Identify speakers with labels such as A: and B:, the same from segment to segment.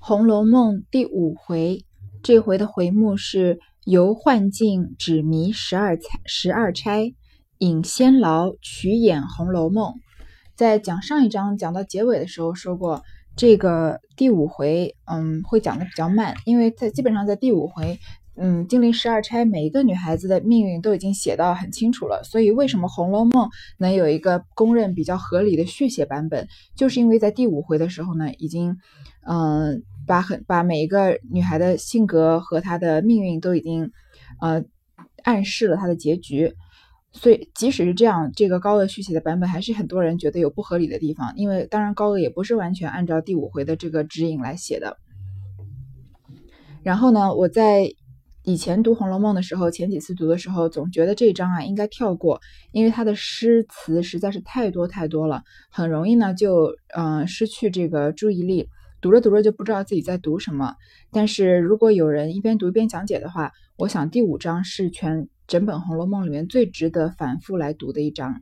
A: 《红楼梦》第5回，这回的回目是游幻境指迷十二钗，引仙劳曲演《红楼梦》。在讲上一章讲到结尾的时候说过，这个第5回会讲的比较慢，因为基本上在第5回金陵十二钗每一个女孩子的命运都已经写到很清楚了，所以为什么《红楼梦》能有一个公认比较合理的续写版本，就是因为在第5回的时候呢，已经把每一个女孩的性格和她的命运都已经暗示了她的结局。所以即使是这样，这个高鹗续写的版本还是很多人觉得有不合理的地方，因为当然高鹗也不是完全按照第5回的这个指引来写的。然后呢，我在以前读《红楼梦》的时候，前几次读的时候总觉得这一章应该跳过，因为它的诗词实在是太多了，很容易呢就失去这个注意力，读着读着就不知道自己在读什么。但是如果有人一边读一边讲解的话，我想第5章是整本《红楼梦》里面最值得反复来读的一章。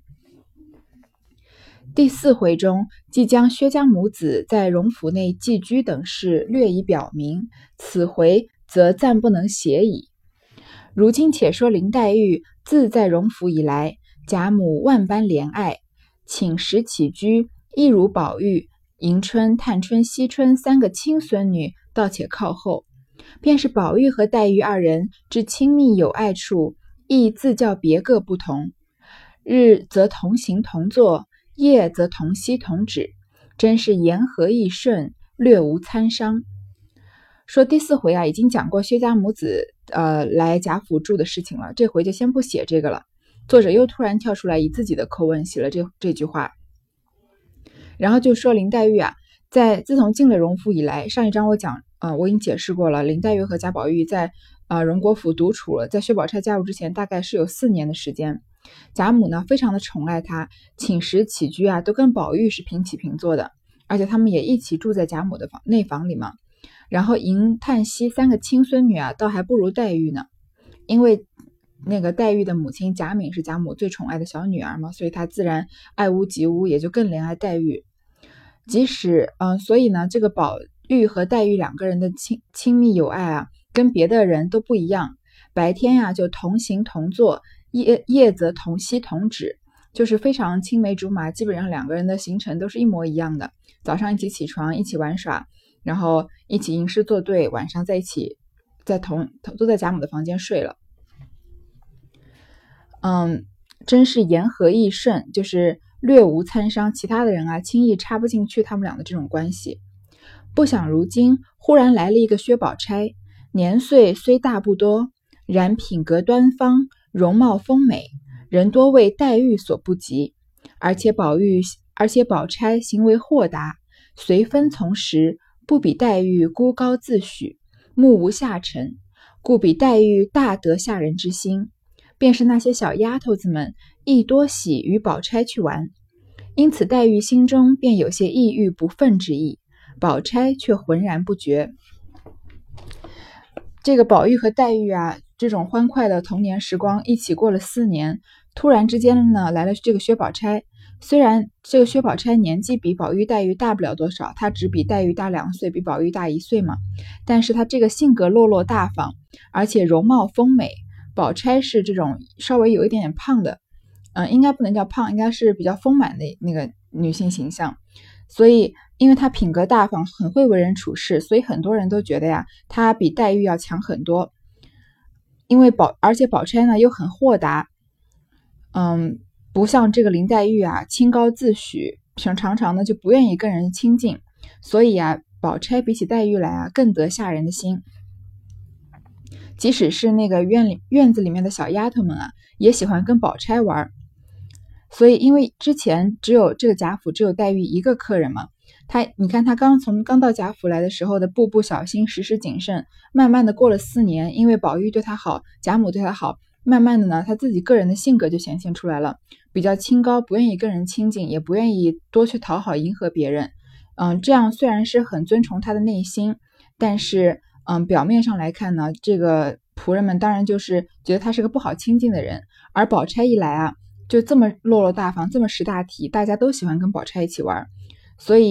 A: 第4回中，即将薛家母子在荣府内寄居等事略已表明，此回则暂不能写矣。如今且说林黛玉自在荣府以来，贾母万般怜爱，寝食起居亦如宝玉、迎春、探春、惜春3个亲孙女倒且靠后，便是宝玉和黛玉2人之亲密有爱处，亦自较别个不同，日则同行同坐，夜则同息同止，真是言和意顺，略无参商。说第4回已经讲过薛家母子来贾府住的事情了，这回就先不写这个了。作者又突然跳出来以自己的口吻写了这句话，然后就说林黛玉自从进了荣府以来，上一章我已经解释过了，林黛玉和贾宝玉在荣国府独处了，在薛宝钗加入之前大概是有4年的时间。贾母呢非常的宠爱她，寝食起居都跟宝玉是平起平坐的，而且他们也一起住在贾母的内房里嘛。然后迎探惜3个亲孙女倒还不如黛玉呢，因为那个黛玉的母亲贾敏是贾母最宠爱的小女儿嘛，所以她自然爱屋及乌，也就更怜爱黛玉。所以呢，这个宝玉和黛玉2个人的亲密友爱跟别的人都不一样。白天就同行同坐，夜则同息同止，就是非常青梅竹马，基本上2个人的行程都是一模一样的。早上一起起床，一起玩耍，然后一起吟诗作对，晚上在一起都在贾母的房间睡了。真是言和意顺，就是略无参商，其他的人轻易插不进去他们俩的这种关系。不想如今忽然来了一个薛宝钗，年岁虽大不多，然品格端方，容貌丰美，人多为黛玉所不及，而且宝钗行为豁达，随分从时，不比黛玉孤高自许，目无下尘，故比黛玉大得下人之心，便是那些小丫头子们亦多喜与宝钗去玩，因此黛玉心中便有些意欲不忿之意，宝钗却浑然不觉。这个宝玉和黛玉这种欢快的童年时光一起过了4年，突然之间呢来了这个薛宝钗。虽然这个薛宝钗年纪比宝玉黛玉大不了多少，她只比黛玉大2岁，比宝玉大1岁嘛，但是她这个性格落落大方，而且容貌丰美。宝钗是这种稍微有一点点胖的，应该不能叫胖，应该是比较丰满的那个女性形象。所以因为她品格大方，很会为人处事，所以很多人都觉得她比黛玉要强很多。而且宝钗呢又很豁达，不像这个林黛玉清高自许，常常呢就不愿意跟人亲近，所以宝钗比起黛玉来更得下人的心。即使是那个院子里面的小丫头们也喜欢跟宝钗玩。所以因为之前只有这个贾府只有黛玉一个客人嘛，你看她刚到贾府来的时候的步步小心，时时谨慎，慢慢的过了4年，因为宝玉对她好，贾母对她好，慢慢的呢她自己个人的性格就显现出来了，比较清高，不愿意跟人亲近，也不愿意多去讨好迎合别人。这样虽然是很尊崇她的内心，但是表面上来看呢，这个仆人们当然就是觉得她是个不好亲近的人。而宝钗一来就这么落落大方，这么识大体，大家都喜欢跟宝钗一起玩，所以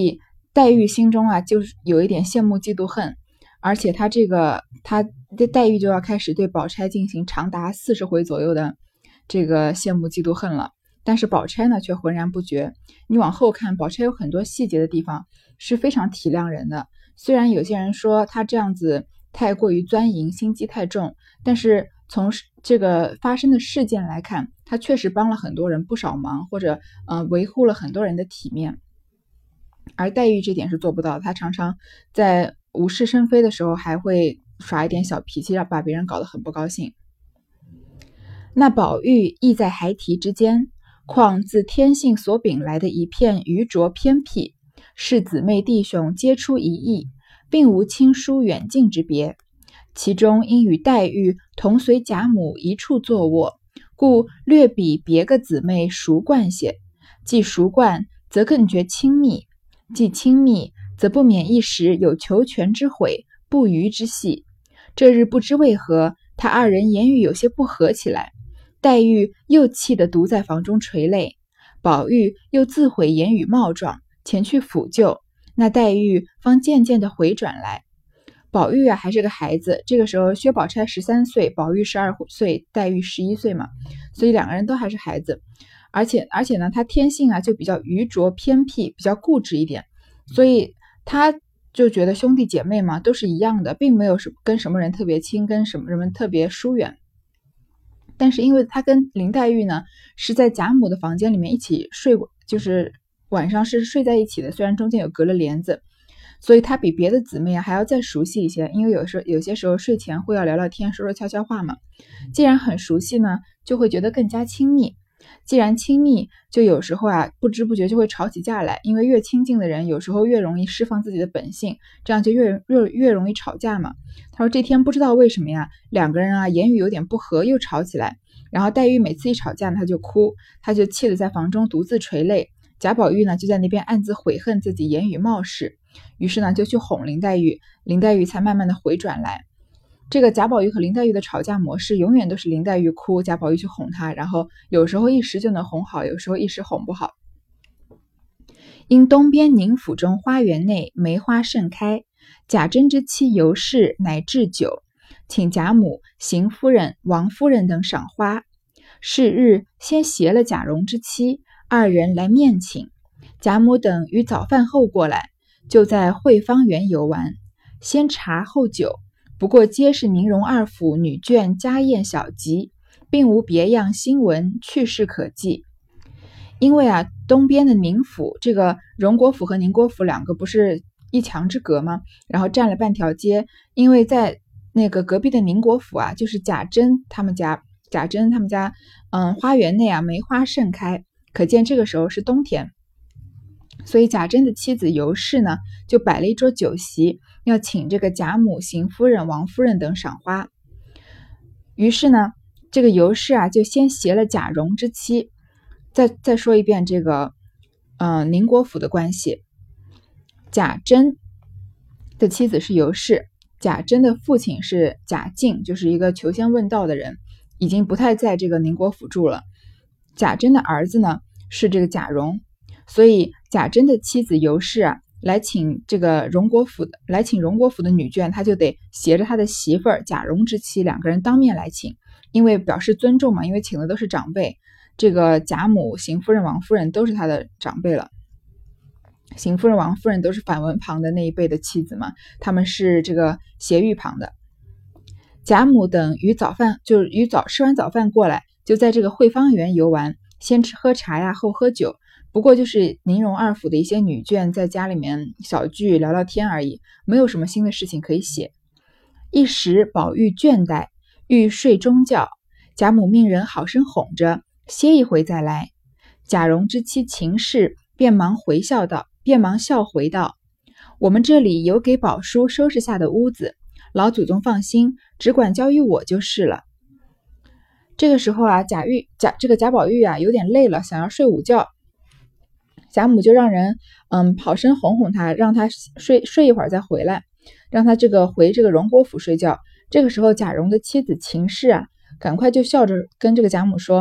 A: 黛玉心中啊就是有一点羡慕嫉妒恨，而且他的黛玉就要开始对宝钗进行长达40回左右的这个羡慕嫉妒恨了。但是宝钗呢却浑然不觉。你往后看，宝钗有很多细节的地方是非常体谅人的。虽然有些人说她这样子太过于钻营，心机太重，但是从这个发生的事件来看，她确实帮了很多人不少忙，或者维护了很多人的体面。而黛玉这点是做不到，她常常在无事生非的时候还会耍一点小脾气，让把别人搞得很不高兴。那宝玉亦在孩提之间，况自天性所禀来的一片愚拙偏僻，是姊妹弟兄皆出一意，并无亲疏远近之别。其中因与黛玉同随贾母一处坐卧，故略比别个姊妹熟惯些。既熟惯，则更觉亲密；既亲密，则不免一时有求全之悔，不虞之隙。这日不知为何，他二人言语有些不合起来。黛玉又气得独在房中垂泪，宝玉又自悔言语冒撞，前去抚救。那黛玉方渐渐的回转来。宝玉啊还是个孩子，这个时候薛宝钗13岁，宝玉12岁，黛玉11岁嘛，所以两个人都还是孩子。而且呢，他天性啊就比较愚拙偏僻，比较固执一点，所以他就觉得兄弟姐妹嘛都是一样的，并没有跟什么人特别亲，跟什么人特别疏远。但是因为他跟林黛玉呢是在贾母的房间里面一起睡过，就是晚上是睡在一起的，虽然中间有隔了帘子，所以他比别的姊妹啊还要再熟悉一些。因为有些时候睡前会要聊聊天，说说悄悄话嘛。既然很熟悉呢，就会觉得更加亲密。既然亲密，就有时候啊不知不觉就会吵起架来，因为越亲近的人有时候越容易释放自己的本性，这样就越容易吵架嘛。他说这天不知道为什么呀，两个人啊言语有点不合，又吵起来。然后黛玉每次一吵架呢，他就哭，他就气得在房中独自垂泪。贾宝玉呢就在那边暗自悔恨自己言语冒失，于是呢就去哄林黛玉，林黛玉才慢慢的回转来。这个贾宝玉和林黛玉的吵架模式永远都是林黛玉哭，贾宝玉去哄她，然后有时候一时就能哄好，有时候一时哄不好。因东边宁府中花园内梅花盛开，贾珍之妻尤氏乃置酒，请贾母、邢夫人、王夫人等赏花。是日先携了贾蓉之妻二人来面请，贾母等于早饭后过来，就在惠芳园游玩，先茶后酒，不过皆是宁荣二府女眷家宴小集，并无别样新闻趣事可记。因为啊，东边的宁府，这个荣国府和宁国府两个不是一墙之隔吗？然后占了半条街。因为在那个隔壁的宁国府啊，就是贾珍他们家，花园内啊梅花盛开，可见这个时候是冬天。所以贾珍的妻子尤氏呢，就摆了一桌酒席，要请这个贾母、邢夫人、王夫人等赏花。于是呢，这个尤氏啊，就先携了贾蓉之妻。再说一遍这个宁国府的关系。贾珍的妻子是尤氏，贾珍的父亲是贾敬，就是一个求仙问道的人，已经不太在这个宁国府住了。贾珍的儿子呢是这个贾蓉，所以贾珍的妻子尤氏啊，来请荣国府的女眷，他就得携着他的媳妇儿贾蓉之妻两个人当面来请，因为表示尊重嘛，因为请的都是长辈。这个贾母、邢夫人、王夫人都是他的长辈了。邢夫人、王夫人都是反文旁的那一辈的妻子嘛，他们是这个斜玉旁的。贾母等于吃完早饭过来，就在这个惠芳园游玩，先喝茶呀，后喝酒。不过就是宁荣二府的一些女眷在家里面小聚聊聊天而已，没有什么新的事情可以写。一时宝玉倦怠，欲睡中觉，贾母命人好生哄着，歇一回再来。贾蓉之妻秦氏便忙笑回道：我们这里有给宝叔收拾下的屋子，老祖宗放心，只管交于我就是了。这个时候啊，贾宝玉啊有点累了，想要睡午觉。贾母就让人好生哄哄他，让他睡一会儿再回来，让他回这个荣国府睡觉。这个时候贾蓉的妻子秦氏啊，赶快就笑着跟这个贾母说：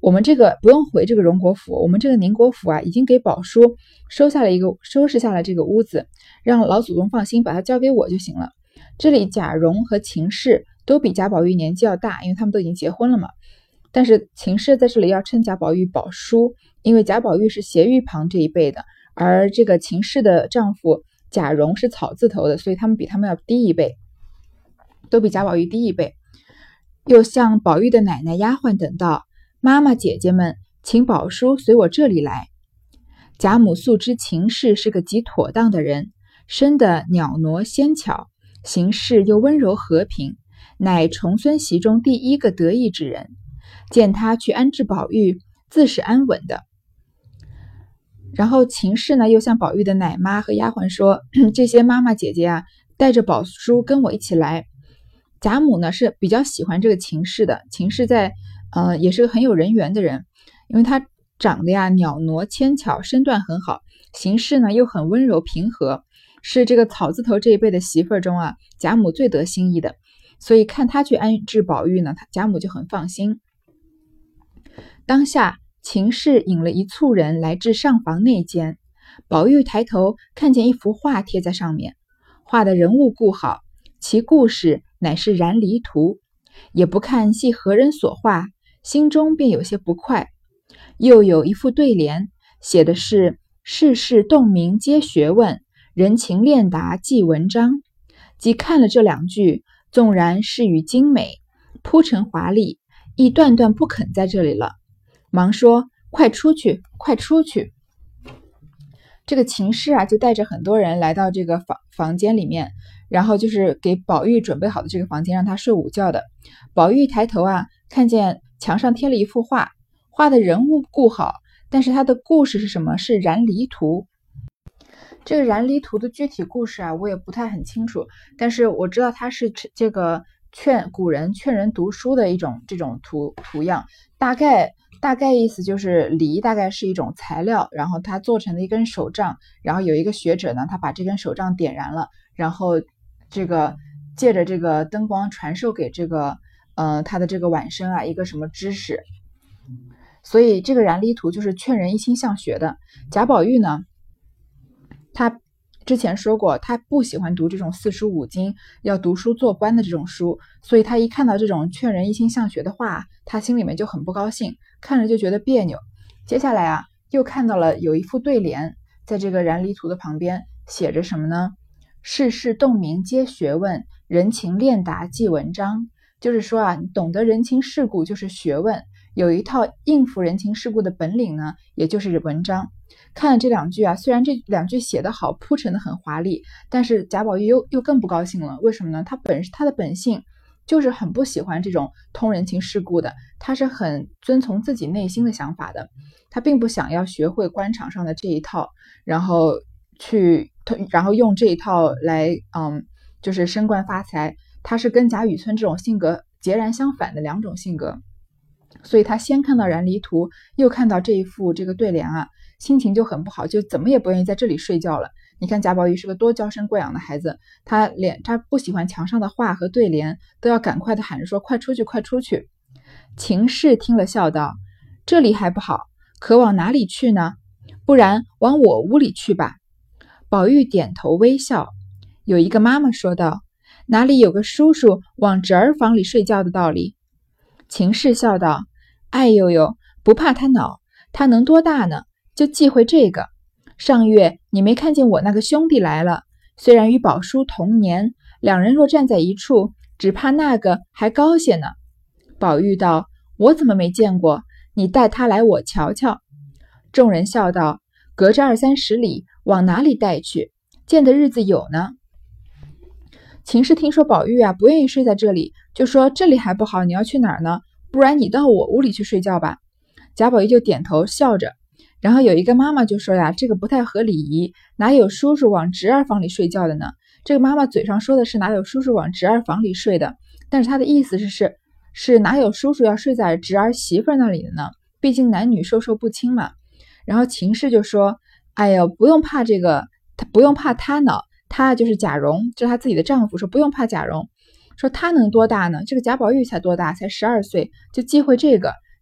A: 我们这个不用回这个荣国府，我们这个宁国府啊，已经给宝叔收拾下了这个屋子，让老祖宗放心，把它交给我就行了。这里贾蓉和秦氏都比贾宝玉年纪要大，因为他们都已经结婚了嘛。但是秦氏在这里要称贾宝玉宝叔，因为贾宝玉是斜玉旁这一辈的，而这个秦氏的丈夫贾蓉是草字头的，所以他们比他们要低一辈，都比贾宝玉低一辈。又向宝玉的奶奶丫鬟等道：妈妈姐姐们，请宝叔随我这里来。贾母素知秦氏是个极妥当的人，生得袅娜纤巧，行事又温柔和平，乃重孙媳中第一个得意之人。见他去安置宝玉，自是安稳的。然后秦氏呢，又向宝玉的奶妈和丫鬟说：这些妈妈姐姐啊，带着宝叔跟我一起来。贾母呢是比较喜欢这个秦氏的，秦氏也是个很有人缘的人，因为她长得呀袅娜纤巧，身段很好，行事呢又很温柔平和，是这个草字头这一辈的媳妇儿中啊，贾母最得心意的，所以看她去安置宝玉呢，贾母就很放心。当下秦氏引了一簇人来至上房内间，宝玉抬头看见一幅画贴在上面，画的人物故好，其故事乃是燃离图，也不看系何人所画，心中便有些不快。又有一副对联，写的是世事洞明皆学问，人情练达即文章。即看了这两句，纵然是语精美，铺陈华丽，亦断断不肯在这里了，忙说：快出去，快出去。这个秦氏啊，就带着很多人来到这个房间里面，然后就是给宝玉准备好的这个房间，让他睡午觉的。宝玉抬头啊，看见墙上贴了一幅画，画的人物故好，但是他的故事是什么？是燃离图。这个燃离图的具体故事啊，我也不太很清楚，但是我知道它是这个古人劝人读书的这种图样，大概意思就是梨大概是一种材料，然后它做成的一根手杖，然后有一个学者呢，他把这根手杖点燃了，然后这个借着这个灯光传授给这个他的这个晚生啊一个什么知识，所以这个燃离图就是劝人一心向学的。贾宝玉呢，他之前说过，他不喜欢读这种四书五经，要读书做官的这种书，所以他一看到这种劝人一心向学的话，他心里面就很不高兴，看着就觉得别扭。接下来啊，又看到了有一副对联，在这个燃离图的旁边写着什么呢？世事洞明皆学问，人情练达即文章。就是说啊，懂得人情世故就是学问，有一套应付人情世故的本领呢，也就是文章。看了这两句啊，虽然这两句写得好，铺陈得很华丽，但是贾宝玉又更不高兴了。为什么呢？他的本性就是很不喜欢这种通人情世故的，他是很遵从自己内心的想法的，他并不想要学会官场上的这一套，然后用这一套来就是升官发财。他是跟贾雨村这种性格截然相反的两种性格，所以他先看到燃离图，又看到这一副这个对联啊，心情就很不好，就怎么也不愿意在这里睡觉了。你看贾宝玉是个多娇生惯养的孩子，他不喜欢墙上的画和对联，都要赶快的喊着说：快出去，快出去。秦氏听了笑道：这里还不好，可往哪里去呢？不然往我屋里去吧。宝玉点头微笑。有一个妈妈说道：哪里有个叔叔往侄儿房里睡觉的道理？秦氏笑道：哎呦呦，不怕他恼，他能多大呢？就忌讳这个。上月你没看见我那个兄弟来了，虽然与宝叔同年，两人若站在一处，只怕那个还高些呢。宝玉道：我怎么没见过？你带他来我瞧瞧。众人笑道：隔着20-30里，往哪里带去？见的日子有呢。秦氏听说宝玉啊不愿意睡在这里，就说：这里还不好，你要去哪儿呢？不然你到我屋里去睡觉吧。贾宝玉就点头笑着。然后有一个妈妈就说呀，这个不太合礼仪，哪有叔叔往侄儿房里睡觉的呢？这个妈妈嘴上说的是哪有叔叔往侄儿房里睡的，但是她的意思是哪有叔叔要睡在侄儿媳妇那里的呢？毕竟男女授受不亲嘛。然后秦氏就说：哎呦，不用怕这个，不用怕他恼。他就是贾蓉，这是他自己的丈夫，说不用怕贾蓉，说他能多大呢？这个贾宝玉才多大，才12岁，就忌讳这个，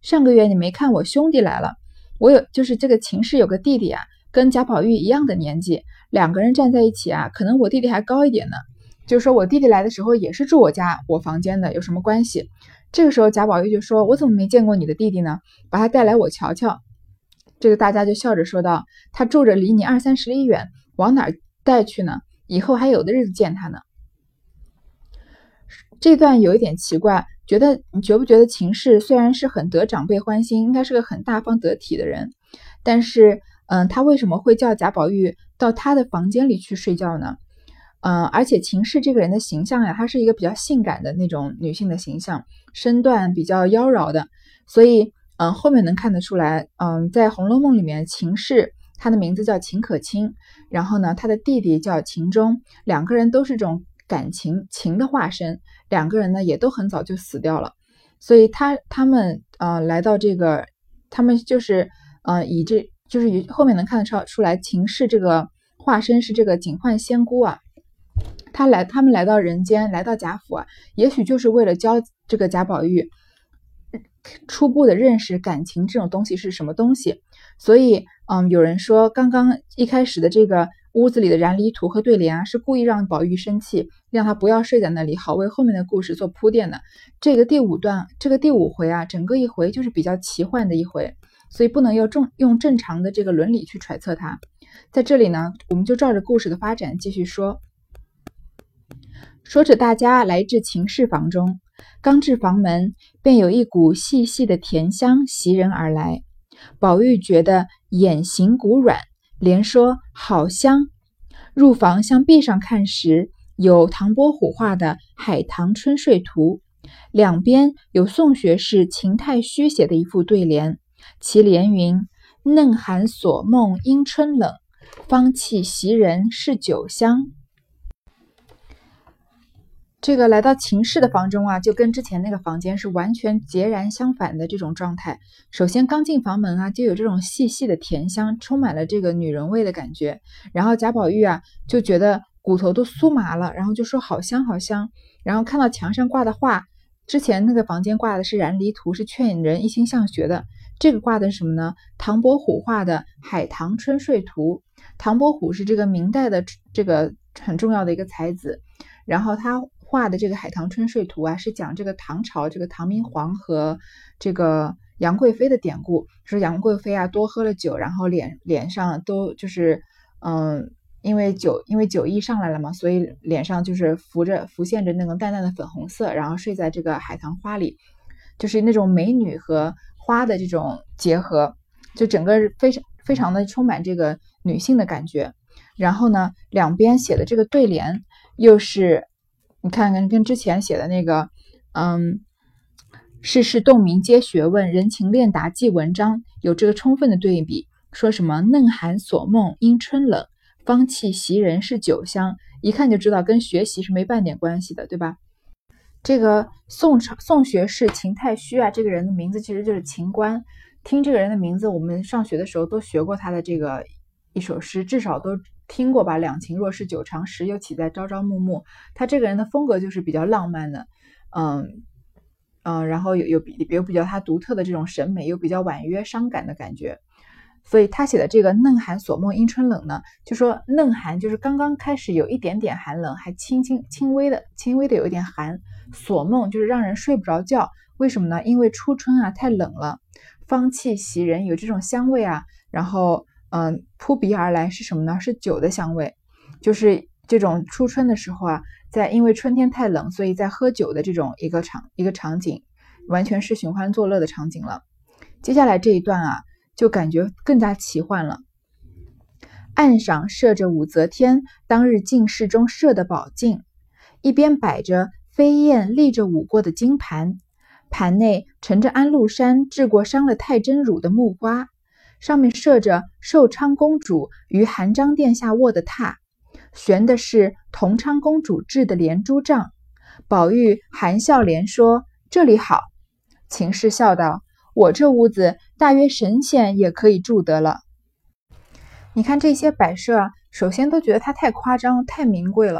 A: 上个月你没看我兄弟来了，就是这个秦氏有个弟弟啊，跟贾宝玉一样的年纪，两个人站在一起啊，可能我弟弟还高一点呢。就是说我弟弟来的时候也是住我房间的，有什么关系？这个时候贾宝玉就说：“我怎么没见过你的弟弟呢？把他带来我瞧瞧。”这个大家就笑着说道：“他住着离你20-30里远，往哪儿带去呢？以后还有的日子见他呢。”这段有一点奇怪，你觉不觉得秦氏虽然是很得长辈欢心，应该是个很大方得体的人，但是他为什么会叫贾宝玉到他的房间里去睡觉呢？而且秦氏这个人的形象呀，她是一个比较性感的那种女性的形象，身段比较妖娆的，所以后面能看得出来，在《红楼梦》里面，秦氏她的名字叫秦可卿，然后呢，她的弟弟叫秦钟，两个人都是这种情的化身，两个人呢也都很早就死掉了，所以他们来到这个，他们就是以后面能看得出来，秦氏这个化身是这个警幻仙姑啊。他们来到人间，来到贾府啊，也许就是为了教这个贾宝玉初步的认识感情这种东西是什么东西。所以有人说刚刚一开始的这个屋子里的燃离图和对联啊，是故意让宝玉生气，让他不要睡在那里，好为后面的故事做铺垫的。这个第五回啊，整个一回就是比较奇幻的一回，所以不能用正常的这个伦理去揣测它。在这里呢，我们就照着故事的发展继续说。说着大家来至秦氏房中，刚至房门，便有一股细细的甜香袭人而来。宝玉觉得眼形骨软，连说好香。入房向壁上看时，有唐伯虎画的《海棠春睡图》，两边有宋学士秦太虚写的一副对联，其联云：嫩寒锁梦因春冷，芳气袭人是酒香。这个来到秦氏的房中啊，就跟之前那个房间是完全截然相反的这种状态。首先刚进房门啊，就有这种细细的甜香，充满了这个女人味的感觉。然后贾宝玉啊就觉得骨头都酥麻了，然后就说好香好香。然后看到墙上挂的画，之前那个房间挂的是燃离图，是劝人一心向学的。这个挂的是什么呢？唐伯虎画的《海棠春睡图》。唐伯虎是这个明代的这个很重要的一个才子，然后他画的这个《海棠春睡图》啊，是讲这个唐朝这个唐明皇和这个杨贵妃的典故，说杨贵妃啊多喝了酒，然后脸上都就是因为酒意上来了嘛，所以脸上就是浮现着那种淡淡的粉红色，然后睡在这个海棠花里，就是那种美女和花的这种结合，就整个非常的充满这个女性的感觉。然后呢，两边写的这个对联又是你看看跟之前写的那个世事洞明皆学问，人情练达即文章，有这个充分的对比。说什么嫩寒锁梦因春冷，芳气袭人是酒香，一看就知道跟学习是没半点关系的，对吧？这个宋学士秦太虚啊，这个人的名字其实就是秦观。听这个人的名字，我们上学的时候都学过他的这个一首诗，至少都听过吧，两情若是久长时，又岂在朝朝暮暮。他这个人的风格就是比较浪漫的，然后有比较他独特的这种审美，又比较婉约伤感的感觉。所以他写的这个嫩寒锁梦因春冷呢，就说嫩寒就是刚刚开始有一点点寒冷，还轻微的有一点寒。锁梦就是让人睡不着觉，为什么呢？因为初春啊太冷了。芳气袭人有这种香味啊，然后扑鼻而来是什么呢？是酒的香味，就是这种初春的时候啊，因为春天太冷，所以在喝酒的这种一个场景，完全是寻欢作乐的场景了。接下来这一段啊，就感觉更加奇幻了。岸上设着武则天当日进士中设的宝镜，一边摆着飞燕立着舞过的金盘，盘内盛着安禄山治过伤了太真乳的木瓜，上面设着寿昌公主与韩章殿下卧的榻，悬的是同昌公主制的连珠帐。宝玉含笑连说：“这里好。”秦氏笑道：“我这屋子大约神仙也可以住得了。”你看这些摆设啊，首先都觉得它太夸张太名贵了，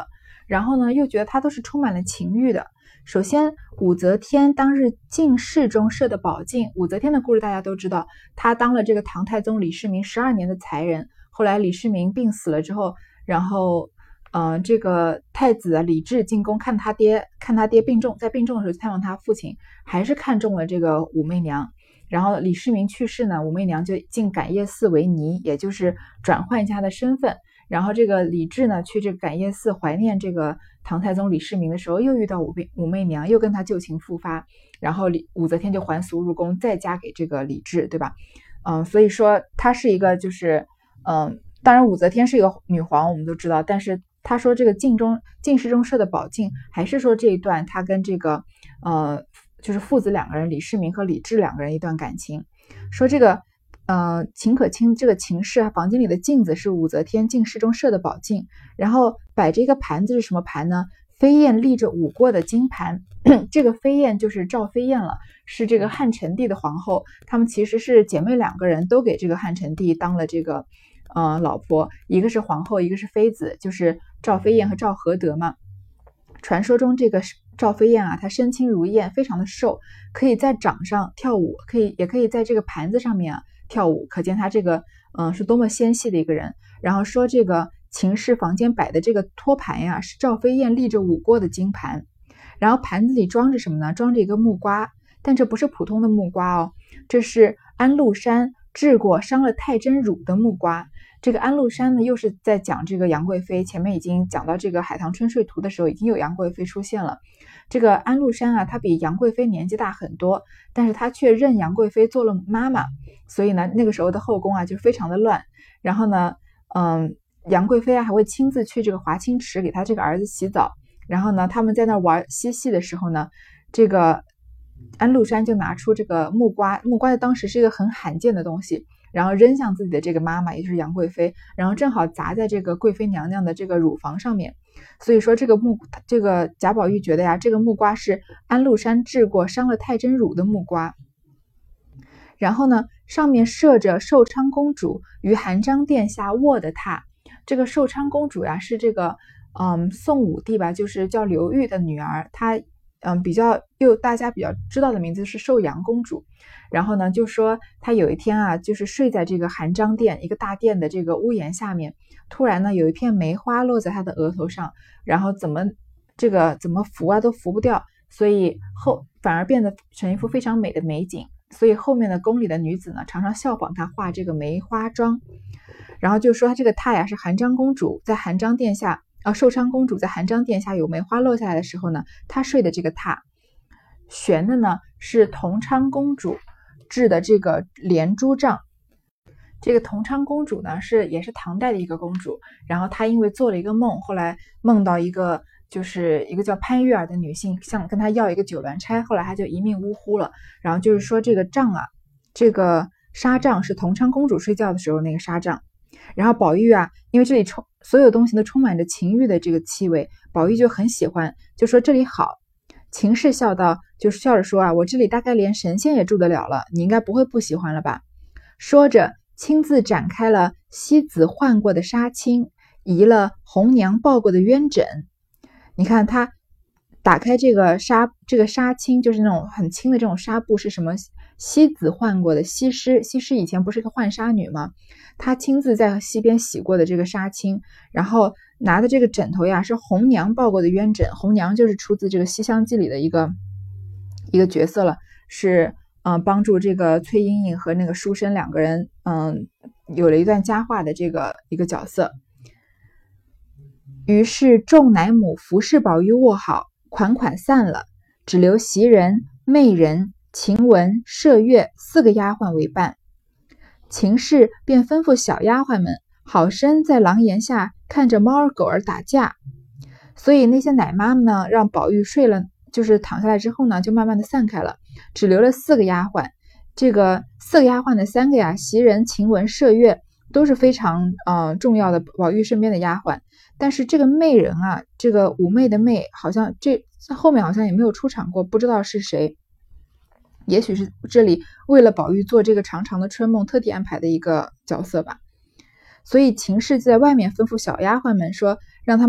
A: 然后呢又觉得他都是充满了情欲的。首先，武则天当日进士中设的宝镜，武则天的故事大家都知道，她当了这个唐太宗李世民12年的才人，后来李世民病死了之后，然后这个太子李治进宫看他爹病重，在病重的时候探望他父亲，还是看中了这个武媚娘。然后李世民去世呢，武媚娘就进感业寺为尼，也就是转换一下她的身份。然后这个李治呢去这个感业寺怀念这个唐太宗李世民的时候，又遇到武媚娘，又跟他旧情复发，然后武则天就还俗入宫，再嫁给这个李治，对吧？所以说她是一个就是当然武则天是一个女皇，我们都知道，但是他说这个进士中设的宝镜，还是说这一段他跟这个就是父子两个人，李世民和李治两个人一段感情。说这个秦可卿这个秦氏房间里的镜子是武则天进士中设的宝镜，然后摆着一个盘子，是什么盘呢？飞燕立着舞过的金盘。这个飞燕就是赵飞燕了，是这个汉成帝的皇后，她们其实是姐妹两个人，都给这个汉成帝当了这个老婆，一个是皇后，一个是妃子，就是赵飞燕和赵合德嘛。传说中这个赵飞燕啊，她身轻如燕，非常的瘦，可以在掌上跳舞，也可以在这个盘子上面跳舞，可见她这个是多么纤细的一个人。然后说这个秦氏房间摆的这个托盘呀，是赵飞燕立着舞过的金盘，然后盘子里装着什么呢？装着一个木瓜，但这不是普通的木瓜哦，这是安禄山治过伤了太真乳的木瓜。这个安禄山呢，又是在讲这个杨贵妃，前面已经讲到这个《海棠春睡图》的时候，已经有杨贵妃出现了。这个安禄山啊，他比杨贵妃年纪大很多，但是他却认杨贵妃做了妈妈，所以呢，那个时候的后宫啊就非常的乱。然后呢，杨贵妃啊还会亲自去这个华清池给他这个儿子洗澡。然后呢，他们在那玩嬉戏的时候呢，这个安禄山就拿出这个木瓜在当时是一个很罕见的东西，然后扔向自己的这个妈妈，也就是杨贵妃，然后正好砸在这个贵妃娘娘的这个乳房上面。所以说这个贾宝玉觉得呀，这个木瓜是安禄山治过伤了太真乳的木瓜。然后呢，上面设着寿昌公主于含章殿下卧的榻。这个寿昌公主呀，是这个宋武帝吧，就是叫刘裕的女儿，她大家比较知道的名字是寿阳公主。然后呢，就说她有一天啊，就是睡在这个含章殿一个大殿的这个屋檐下面，突然呢有一片梅花落在她的额头上，然后怎么扶啊都扶不掉，所以反而变得成一幅非常美的美景。所以后面的宫里的女子呢，常常效仿她画这个梅花妆。然后就说她这个榻呀，是含章公主在含章殿下寿昌公主在含章殿下有梅花落下来的时候呢，她睡的这个榻。悬的呢是同昌公主制的这个连珠帐。这个同昌公主呢也是唐代的一个公主，然后她因为做了一个梦，后来梦到一个叫潘月儿的女性想跟她要一个九鸾钗，后来她就一命呜呼了。然后就是说这个帐啊，这个纱帐是同昌公主睡觉的时候那个纱帐。然后宝玉啊，因为这里所有东西都充满着情欲的这个气味，宝玉就很喜欢，就说这里好。秦氏笑道，就是笑着说啊，我这里大概连神仙也住得了了，你应该不会不喜欢了吧？说着亲自展开了西子换过的纱巾，移了红娘抱过的鸳枕。你看他打开这个纱巾，就是那种很轻的这种纱布，是什么？西子换过的西施以前不是个浣纱女吗？她亲自在溪边洗过的这个纱巾，然后拿的这个枕头呀是红娘抱过的鸳枕。红娘就是出自这个《西厢记》里的一个角色了，是帮助这个崔莺莺和那个书生两个人有了一段佳话的这个一个角色。于是众奶母服侍宝玉卧好，款款散了，只留袭人、媚人、晴雯、麝月4个丫鬟为伴。秦氏便吩咐小丫鬟们好生在廊檐下看着猫儿狗儿打架。所以那些奶妈们呢，让宝玉睡了，就是躺下来之后呢，就慢慢的散开了，只留了4个丫鬟。这个4个丫鬟的3个呀，袭人、晴雯、麝月都是非常重要的宝玉身边的丫鬟。但是这个媚人啊，这个妩媚的媚，好像后面好像也没有出场过，不知道是谁。也许是这里为了宝玉做这个长长的春梦特地安排的一个角色吧。所以秦氏在外面吩咐小丫鬟们说，让他们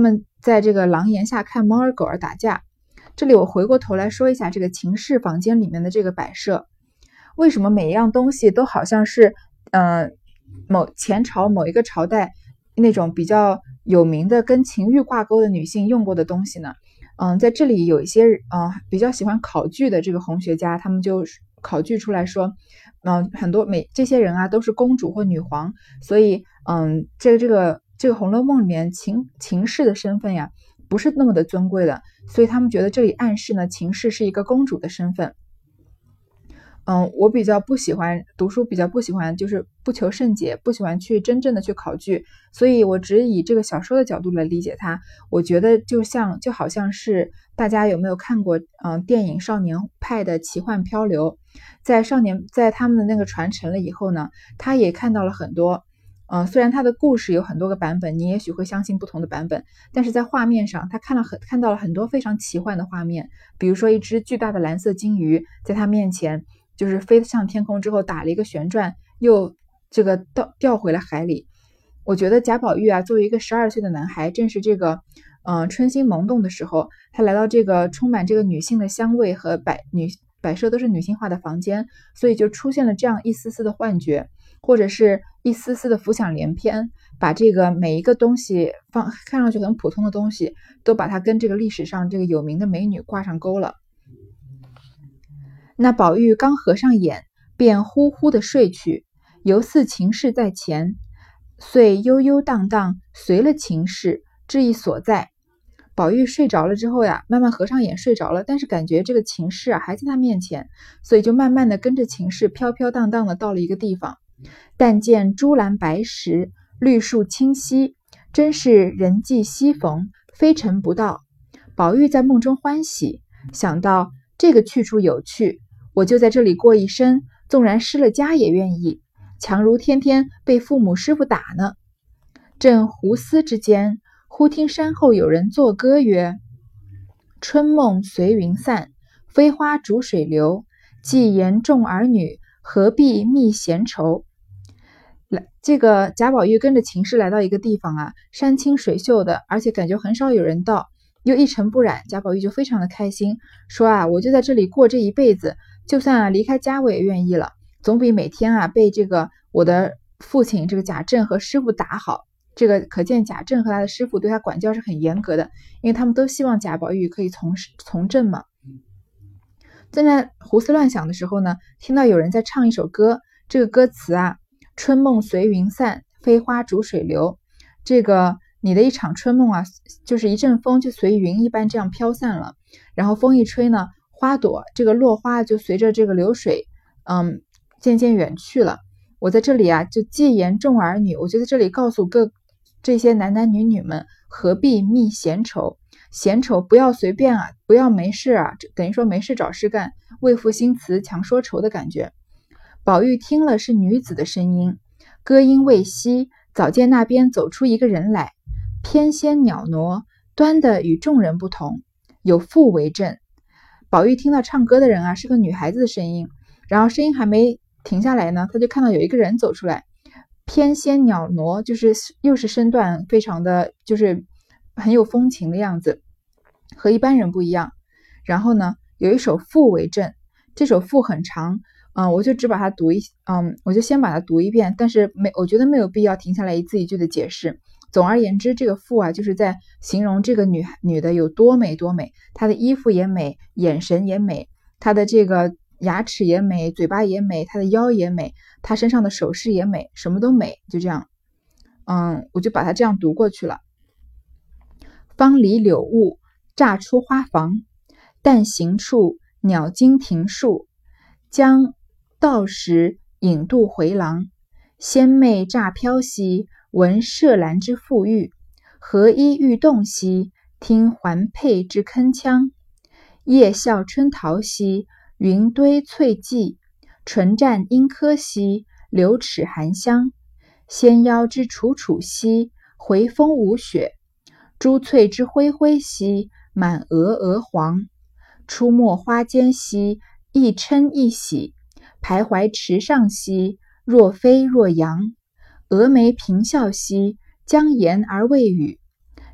A: 在这个廊檐下看猫儿狗儿打架。这里我回过头来说一下这个秦氏房间里面的这个摆设，为什么每一样东西都好像是前朝某一个朝代那种比较有名的跟情欲挂钩的女性用过的东西呢？在这里有一些比较喜欢考据的这个红学家，他们就考据出来说，很多这些人啊都是公主或女皇，所以这个《红楼梦》里面秦氏的身份呀不是那么的尊贵的，所以他们觉得这里暗示呢秦氏是一个公主的身份。我比较不喜欢读书，比较不喜欢就是不求甚解，不喜欢去真正的去考据，所以我只以这个小说的角度来理解它。我觉得就好像是大家有没有看过电影《少年派的奇幻漂流》，在他们的那个传承了以后呢，他也看到了很多虽然他的故事有很多个版本，你也许会相信不同的版本，但是在画面上他看到了很多非常奇幻的画面，比如说一只巨大的蓝色金鱼在他面前就是飞向天空之后打了一个旋转，又这个掉回了海里。我觉得贾宝玉啊，作为一个12岁的男孩，正是这个春心萌动的时候，他来到这个充满这个女性的香味和摆设都是女性化的房间，所以就出现了这样一丝丝的幻觉，或者是一丝丝的浮想联翩，把这个每一个东西看上去很普通的东西，都把它跟这个历史上这个有名的美女挂上钩了。那宝玉刚合上眼，便呼呼的睡去，犹似秦氏在前，遂悠悠荡荡随了秦氏，至意所在。宝玉睡着了之后呀，慢慢合上眼睡着了，但是感觉这个秦氏啊还在他面前，所以就慢慢的跟着秦氏飘飘荡荡的到了一个地方。但见朱栏白石，绿树清溪，真是人迹稀逢，非尘不到。宝玉在梦中欢喜，想到这个去处有趣，我就在这里过一生，纵然失了家也愿意，强如天天被父母师傅打呢。正胡思之间，忽听山后有人作歌曰：春梦随云散，飞花逐水流，既言众儿女，何必觅闲愁。这个贾宝玉跟着秦氏来到一个地方啊，山清水秀的，而且感觉很少有人到，又一尘不染，贾宝玉就非常的开心，说啊，我就在这里过这一辈子，就算离开家我也愿意了，总比每天啊被这个我的父亲这个贾政和师傅打好。这个可见贾政和他的师傅对他管教是很严格的，因为他们都希望贾宝玉可以从政嘛。在那胡思乱想的时候呢，听到有人在唱一首歌，这个歌词啊，春梦随云散，飞花逐水流，这个你的一场春梦啊，就是一阵风就随云一般这样飘散了，然后风一吹呢，花朵这个落花就随着这个流水渐渐远去了。我在这里啊就既言众儿女，我就在这里告诉这些男男女女们，何必觅闲愁，闲愁不要随便啊，不要没事啊，等于说没事找事干，为赋新词强说愁的感觉。宝玉听了是女子的声音，歌音未息，早见那边走出一个人来，翩跹袅娜，端的与众人不同，有妇为证。宝玉听到唱歌的人啊是个女孩子的声音，然后声音还没停下来呢，他就看到有一个人走出来，翩跹袅娜，就是又是身段非常的就是很有风情的样子，和一般人不一样。然后呢有一首赋为证，这首赋很长，我就只把它我就先把它读一遍，但是我觉得没有必要停下来一字一句的解释。总而言之，这个赋啊就是在形容这个女的有多美多美，她的衣服也美，眼神也美，她的这个牙齿也美，嘴巴也美，她的腰也美，她身上的首饰也美，什么都美，就这样。我就把它这样读过去了。方离柳雾，乍出花房，但行处鸟惊庭树，将到时引渡回廊。仙袂乍飘兮，闻麝兰之馥郁，荷衣欲动兮，听环佩之铿锵。夜笑春桃兮，云堆翠髻，唇蘸樱柯兮，流齿含香。纤腰之楚楚兮，回风舞雪，珠翠之辉辉兮，满额鹅黄。出没花间兮，一嗔一喜，徘徊池上兮，若飞若扬。蛾眉颦笑兮，将言而未语，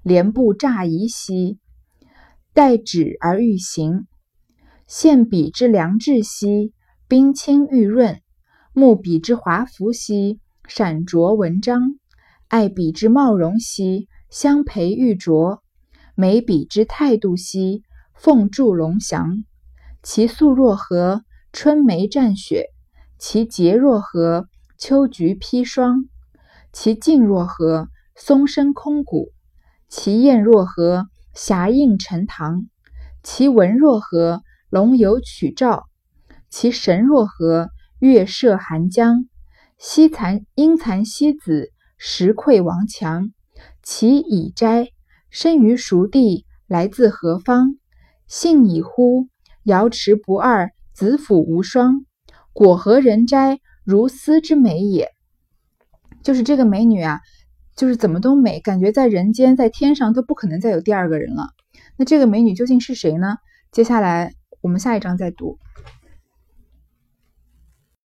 A: 莲步乍移兮，待止而欲行。现彼之良质兮，冰清玉润；目彼之华服兮，闪着文章；爱彼之貌容兮，相陪玉琢；美彼之态度兮，凤柱龙翔。其素若何，春梅蘸雪；其洁若何，秋菊披霜；其静若何，松声空谷；其艳若何，霞映沉塘；其文若何，龙游曲照；其神若何，月射寒江。阴蚕西子，石溃王强；其已斋，生于熟地，来自何方？信已乎，瑶池不二，子府无双。果何人哉，如斯之美也。就是这个美女啊，就是怎么都美，感觉在人间在天上都不可能再有第二个人了。那这个美女究竟是谁呢？接下来我们下一章再读。